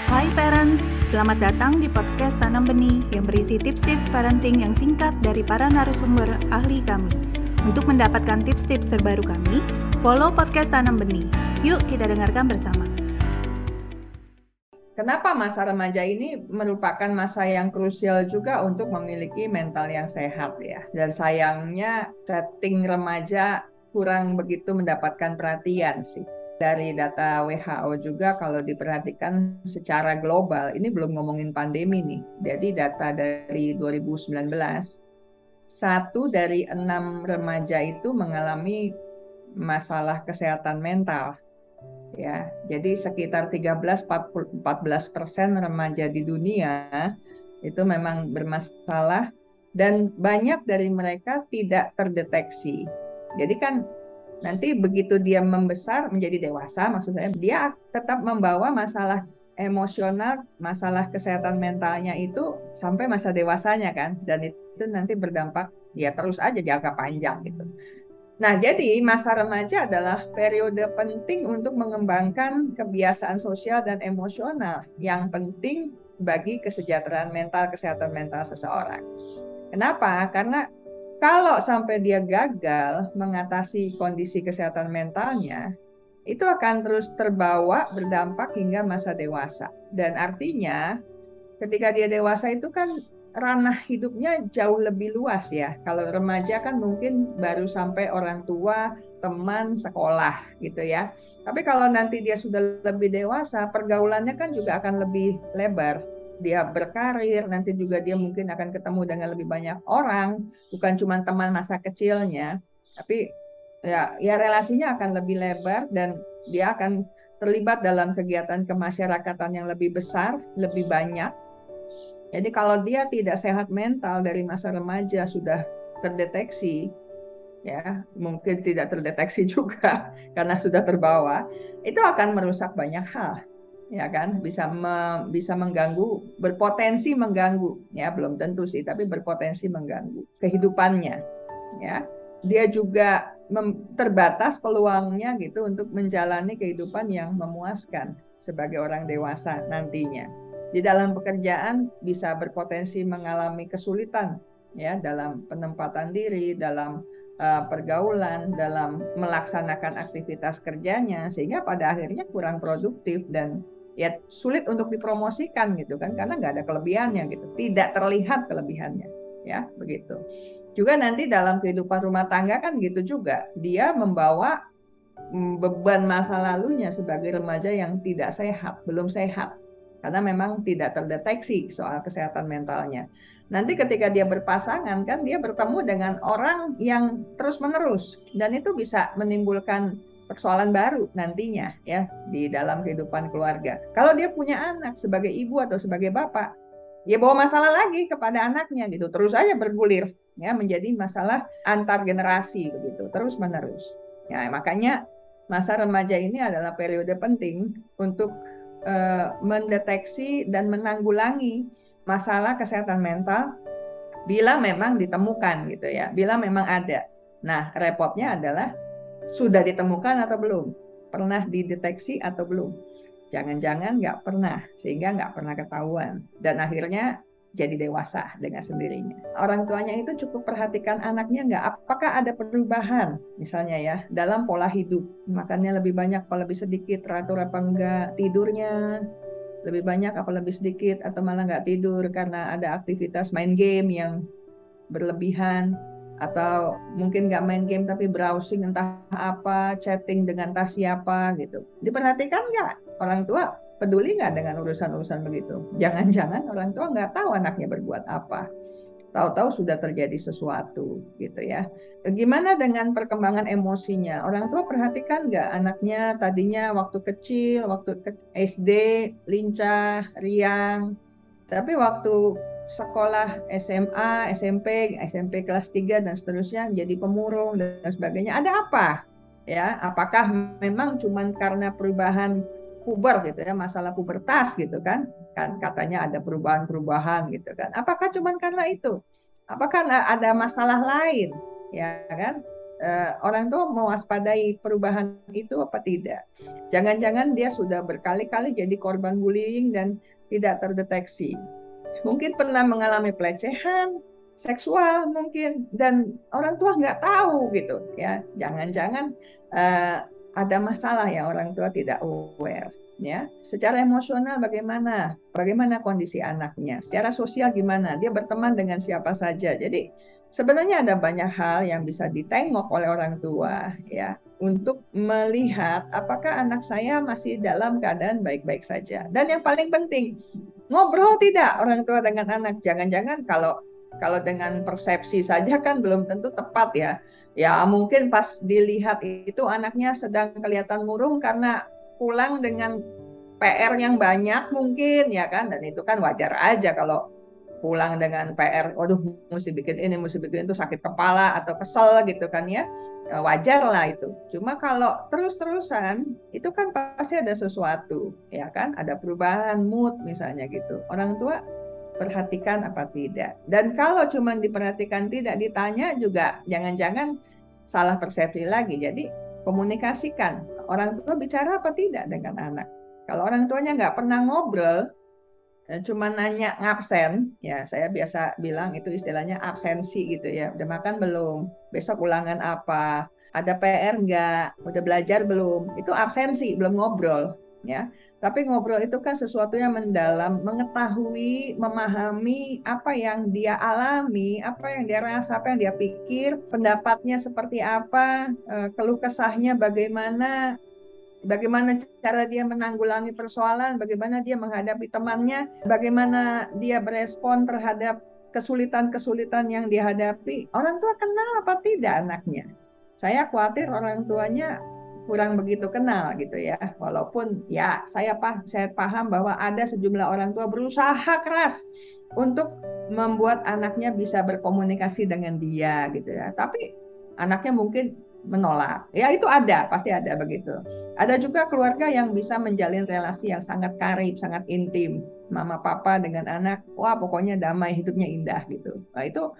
Hai parents, selamat datang di podcast Tanam Benih yang berisi tips-tips parenting yang singkat dari para narasumber ahli kami. Untuk mendapatkan tips-tips terbaru kami, follow podcast Tanam Benih. Yuk kita dengarkan bersama. Kenapa masa remaja ini merupakan masa yang krusial juga untuk memiliki mental yang sehat ya. Dan sayangnya setting remaja kurang begitu mendapatkan perhatian sih. Dari data WHO juga kalau diperhatikan secara global, ini belum ngomongin pandemi nih. Jadi data dari 2019, 1 dari 6 remaja itu mengalami masalah kesehatan mental. Ya, jadi sekitar 13-14% remaja di dunia itu memang bermasalah dan banyak dari mereka tidak terdeteksi. Jadi kan nanti begitu dia membesar menjadi dewasa, maksud saya dia tetap membawa masalah emosional, masalah kesehatan mentalnya itu sampai masa dewasanya kan, dan itu nanti berdampak ya terus aja jangka panjang gitu. Nah, jadi masa remaja adalah periode penting untuk mengembangkan kebiasaan sosial dan emosional yang penting bagi kesejahteraan mental, kesehatan mental seseorang. Kenapa? Karena kalau sampai dia gagal mengatasi kondisi kesehatan mentalnya, itu akan terus terbawa berdampak hingga masa dewasa. Dan artinya ketika dia dewasa itu kan ranah hidupnya jauh lebih luas ya. Kalau remaja kan mungkin baru sampai orang tua, teman, sekolah gitu ya. Tapi kalau nanti dia sudah lebih dewasa, pergaulannya kan juga akan lebih lebar. Dia berkarir, nanti juga dia mungkin akan ketemu dengan lebih banyak orang, bukan cuma teman masa kecilnya, tapi ya relasinya akan lebih lebar dan dia akan terlibat dalam kegiatan kemasyarakatan yang lebih besar, lebih banyak. Jadi kalau dia tidak sehat mental dari masa remaja sudah terdeteksi, ya mungkin tidak terdeteksi juga karena sudah terbawa, itu akan merusak banyak hal, ya kan? Bisa mengganggu, berpotensi mengganggu, ya belum tentu sih, tapi berpotensi mengganggu kehidupannya, ya. Dia juga terbatas peluangnya gitu untuk menjalani kehidupan yang memuaskan sebagai orang dewasa nantinya. Di dalam pekerjaan bisa berpotensi mengalami kesulitan ya dalam penempatan diri, dalam pergaulan, dalam melaksanakan aktivitas kerjanya, sehingga pada akhirnya kurang produktif dan ya sulit untuk dipromosikan gitu kan, karena nggak ada kelebihannya gitu, tidak terlihat kelebihannya ya begitu. Juga nanti dalam kehidupan rumah tangga kan gitu juga, dia membawa beban masa lalunya sebagai remaja yang tidak sehat, belum sehat, karena memang tidak terdeteksi soal kesehatan mentalnya. Nanti ketika dia berpasangan kan dia bertemu dengan orang yang terus-menerus dan itu bisa menimbulkan persoalan baru nantinya ya di dalam kehidupan keluarga. Kalau dia punya anak sebagai ibu atau sebagai bapak, ya bawa masalah lagi kepada anaknya gitu, terus aja bergulir ya menjadi masalah antar generasi begitu, terus-menerus. Ya, makanya masa remaja ini adalah periode penting untuk mendeteksi dan menanggulangi masalah kesehatan mental bila memang ditemukan gitu ya, bila memang ada. Nah, repotnya adalah sudah ditemukan atau belum, pernah dideteksi atau belum. Jangan-jangan nggak pernah, sehingga nggak pernah ketahuan. Dan akhirnya jadi dewasa dengan sendirinya. Orang tuanya itu cukup perhatikan anaknya nggak, apakah ada perubahan misalnya ya dalam pola hidup. Makannya lebih banyak apa lebih sedikit, teratur apa enggak, tidurnya lebih banyak apa lebih sedikit, atau malah nggak tidur karena ada aktivitas main game yang berlebihan, atau mungkin nggak main game tapi browsing entah apa, chatting dengan entah siapa gitu. Diperhatikan nggak? Orang tua peduli nggak dengan urusan-urusan begitu? Jangan-jangan orang tua nggak tahu anaknya berbuat apa. Tahu-tahu sudah terjadi sesuatu gitu ya. Gimana dengan perkembangan emosinya? Orang tua perhatikan nggak anaknya tadinya waktu kecil, waktu SD lincah, riang, tapi waktu sekolah SMA, SMP kelas 3 dan seterusnya jadi pemurung dan sebagainya. Ada apa? Ya, apakah memang cuma karena perubahan puber gitu ya, masalah pubertas gitu kan? Kan katanya ada perubahan-perubahan gitu kan. Apakah cuma karena itu? Apakah ada masalah lain? Ya kan? orang tua mewaspadai perubahan itu apa tidak. Jangan-jangan dia sudah berkali-kali jadi korban bullying dan tidak terdeteksi. Mungkin pernah mengalami pelecehan seksual mungkin dan orang tua nggak tahu gitu ya. Jangan-jangan ada masalah ya orang tua tidak aware. Ya, secara emosional bagaimana kondisi anaknya, secara sosial gimana, dia berteman dengan siapa saja. Jadi sebenarnya ada banyak hal yang bisa ditengok oleh orang tua ya untuk melihat apakah anak saya masih dalam keadaan baik-baik saja. Dan yang paling penting, ngobrol tidak orang tua dengan anak. Jangan-jangan kalau dengan persepsi saja kan belum tentu tepat ya. Ya mungkin pas dilihat itu anaknya sedang kelihatan murung karena pulang dengan PR yang banyak mungkin ya kan, dan itu kan wajar aja kalau pulang dengan PR, waduh mesti bikin ini, mesti bikin itu, sakit kepala atau kesel gitu kan ya, wajar lah itu. Cuma kalau terus-terusan itu kan pasti ada sesuatu ya kan, ada perubahan mood misalnya gitu. Orang tua perhatikan apa tidak. Dan kalau cuma diperhatikan tidak ditanya juga jangan-jangan salah persepsi lagi. Jadi komunikasikan, orang tua bicara apa tidak dengan anak. Kalau orang tuanya nggak pernah ngobrol, cuma nanya ngabsen, ya saya biasa bilang itu istilahnya absensi gitu ya. Udah makan belum? Besok ulangan apa? Ada PR nggak? Udah belajar belum? Itu absensi, belum ngobrol ya. Tapi ngobrol itu kan sesuatu yang mendalam, mengetahui, memahami apa yang dia alami, apa yang dia rasa, apa yang dia pikir, pendapatnya seperti apa, keluh kesahnya bagaimana, bagaimana cara dia menanggulangi persoalan, bagaimana dia menghadapi temannya, bagaimana dia berespon terhadap kesulitan-kesulitan yang dihadapi. Orang tua kenal apa tidak anaknya? Saya khawatir orang tuanya kurang begitu kenal gitu ya. Walaupun ya saya paham bahwa ada sejumlah orang tua berusaha keras untuk membuat anaknya bisa berkomunikasi dengan dia gitu ya. Tapi anaknya mungkin menolak. Ya itu ada, pasti ada begitu. Ada juga keluarga yang bisa menjalin relasi yang sangat karib, sangat intim. Mama papa dengan anak, wah pokoknya damai, hidupnya indah gitu. Nah itu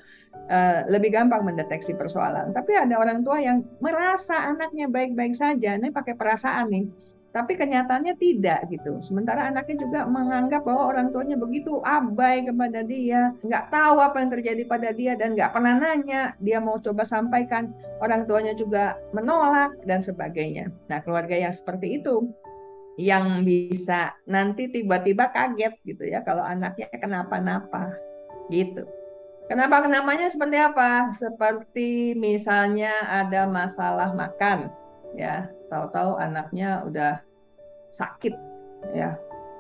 lebih gampang mendeteksi persoalan. Tapi ada orang tua yang merasa anaknya baik-baik saja, ini pakai perasaan nih. Tapi kenyataannya tidak gitu. Sementara anaknya juga menganggap bahwa orang tuanya begitu abai kepada dia, nggak tahu apa yang terjadi pada dia dan nggak pernah nanya. Dia mau coba sampaikan, orang tuanya juga menolak dan sebagainya. Nah, keluarga yang seperti itu yang bisa nanti tiba-tiba kaget gitu ya kalau anaknya kenapa-napa gitu. Kenapa-kenapanya seperti apa? Seperti misalnya ada masalah makan, ya, tahu-tahu anaknya udah sakit, ya,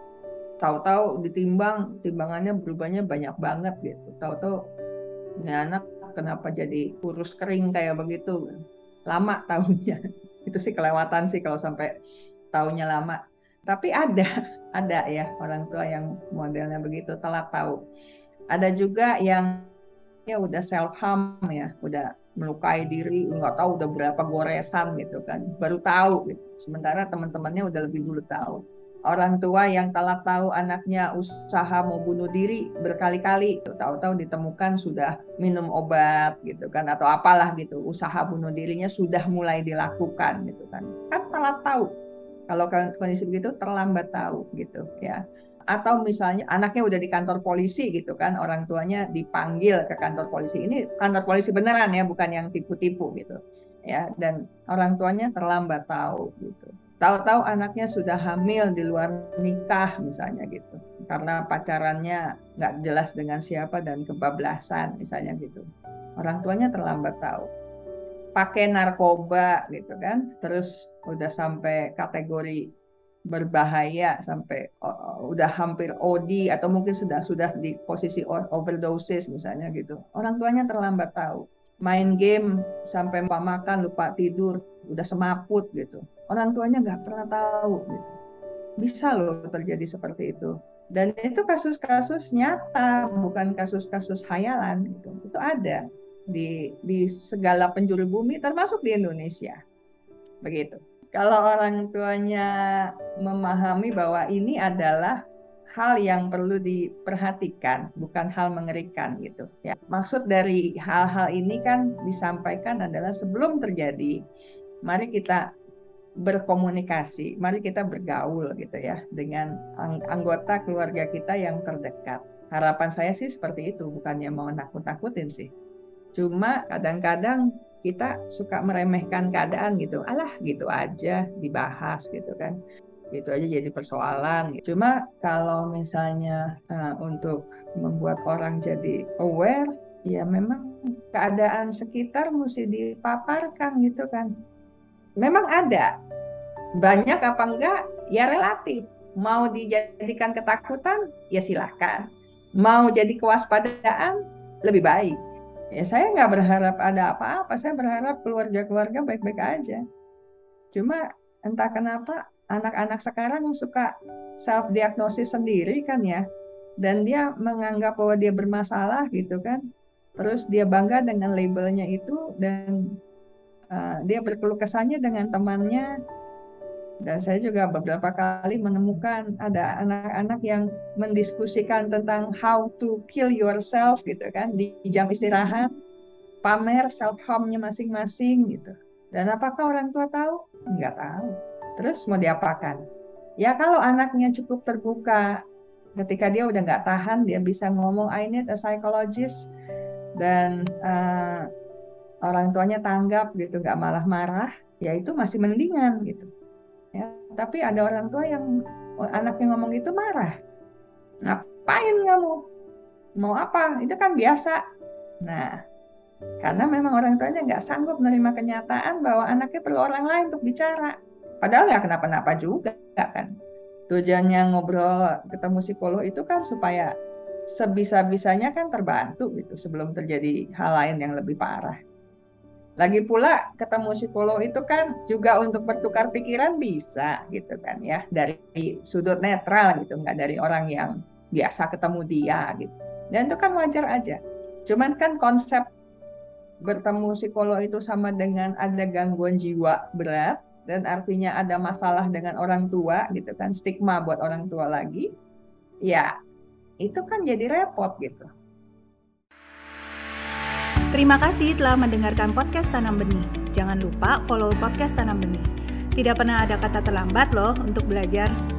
tahu-tahu ditimbang, timbangannya berubahnya banyak banget gitu. Tahu-tahu ini anak kenapa jadi kurus kering kayak begitu? Lama tahunnya. Itu sih kelewatan sih kalau sampai tahunnya lama. Tapi ada ya orang tua yang modelnya begitu, telat tahu. Ada juga yang ya udah self harm ya, udah melukai diri, nggak tahu udah berapa goresan gitu kan, baru tahu gitu. Sementara teman-temannya udah lebih dulu tahu. Orang tua yang telat tahu anaknya usaha mau bunuh diri berkali-kali, tahu-tahu ditemukan sudah minum obat gitu kan, atau apalah gitu, usaha bunuh dirinya sudah mulai dilakukan gitu kan telat tahu. Kalau kondisi begitu terlambat tahu gitu ya. Atau misalnya anaknya udah di kantor polisi gitu kan, orang tuanya dipanggil ke kantor polisi. Ini kantor polisi beneran ya, bukan yang tipu-tipu gitu ya. Dan orang tuanya terlambat tahu gitu. Tahu-tahu anaknya sudah hamil di luar nikah misalnya gitu, karena pacarannya nggak jelas dengan siapa dan kebablasan misalnya gitu. Orang tuanya terlambat tahu. Pakai narkoba gitu kan, terus udah sampai kategori berbahaya, sampai udah hampir OD atau mungkin sudah di posisi overdosis misalnya gitu. Orang tuanya terlambat tahu. Main game sampai lupa makan, lupa tidur, udah semaput gitu. Orang tuanya nggak pernah tahu gitu. Bisa loh terjadi seperti itu. Dan itu kasus-kasus nyata, bukan kasus-kasus khayalan gitu. Itu ada di segala penjuru bumi termasuk di Indonesia. Begitu. Kalau orang tuanya memahami bahwa ini adalah hal yang perlu diperhatikan, bukan hal mengerikan gitu ya. Maksud dari hal-hal ini kan disampaikan adalah sebelum terjadi, mari kita berkomunikasi, mari kita bergaul gitu ya dengan anggota keluarga kita yang terdekat. Harapan saya sih seperti itu, bukannya mau nakut-nakutin sih. Cuma kadang-kadang kita suka meremehkan keadaan gitu, alah gitu aja dibahas gitu kan. Itu aja jadi persoalan. Cuma kalau misalnya untuk membuat orang jadi aware, ya memang keadaan sekitar mesti dipaparkan gitu kan. Memang ada, banyak apa enggak, ya relatif. Mau dijadikan ketakutan, ya silahkan. Mau jadi kewaspadaan, lebih baik. Ya saya nggak berharap ada apa-apa, saya berharap keluarga-keluarga baik-baik aja. Cuma entah kenapa anak-anak sekarang suka self-diagnosis sendiri kan ya, dan dia menganggap bahwa dia bermasalah gitu kan, terus dia bangga dengan labelnya itu, dan dia berkeluh kesahnya dengan temannya. Dan saya juga beberapa kali menemukan ada anak-anak yang mendiskusikan tentang how to kill yourself gitu kan, di jam istirahat, pamer self-harm-nya masing-masing gitu. Dan apakah orang tua tahu? Nggak tahu. Terus mau diapakan? Ya kalau anaknya cukup terbuka, ketika dia udah nggak tahan, dia bisa ngomong, I need a psychologist, dan orang tuanya tanggap gitu, nggak malah marah, ya itu masih mendingan gitu. Ya, tapi ada orang tua yang anaknya ngomong gitu marah. Ngapain kamu? Mau apa? Itu kan biasa. Nah, karena memang orang tuanya nggak sanggup menerima kenyataan bahwa anaknya perlu orang lain untuk bicara. Padahal nggak kenapa-napa juga kan. Tujuannya ngobrol ketemu psikolog itu kan supaya sebisa-bisanya kan terbantu gitu sebelum terjadi hal lain yang lebih parah. Lagi pula ketemu psikolog itu kan juga untuk bertukar pikiran bisa gitu kan ya, dari sudut netral gitu, nggak dari orang yang biasa ketemu dia gitu. Dan itu kan wajar aja. Cuman kan konsep bertemu psikolog itu sama dengan ada gangguan jiwa berat, dan artinya ada masalah dengan orang tua gitu kan, stigma buat orang tua lagi, ya itu kan jadi repot gitu. Terima kasih telah mendengarkan podcast Tanam Benih. Jangan lupa follow podcast Tanam Benih. Tidak pernah ada kata terlambat loh untuk belajar.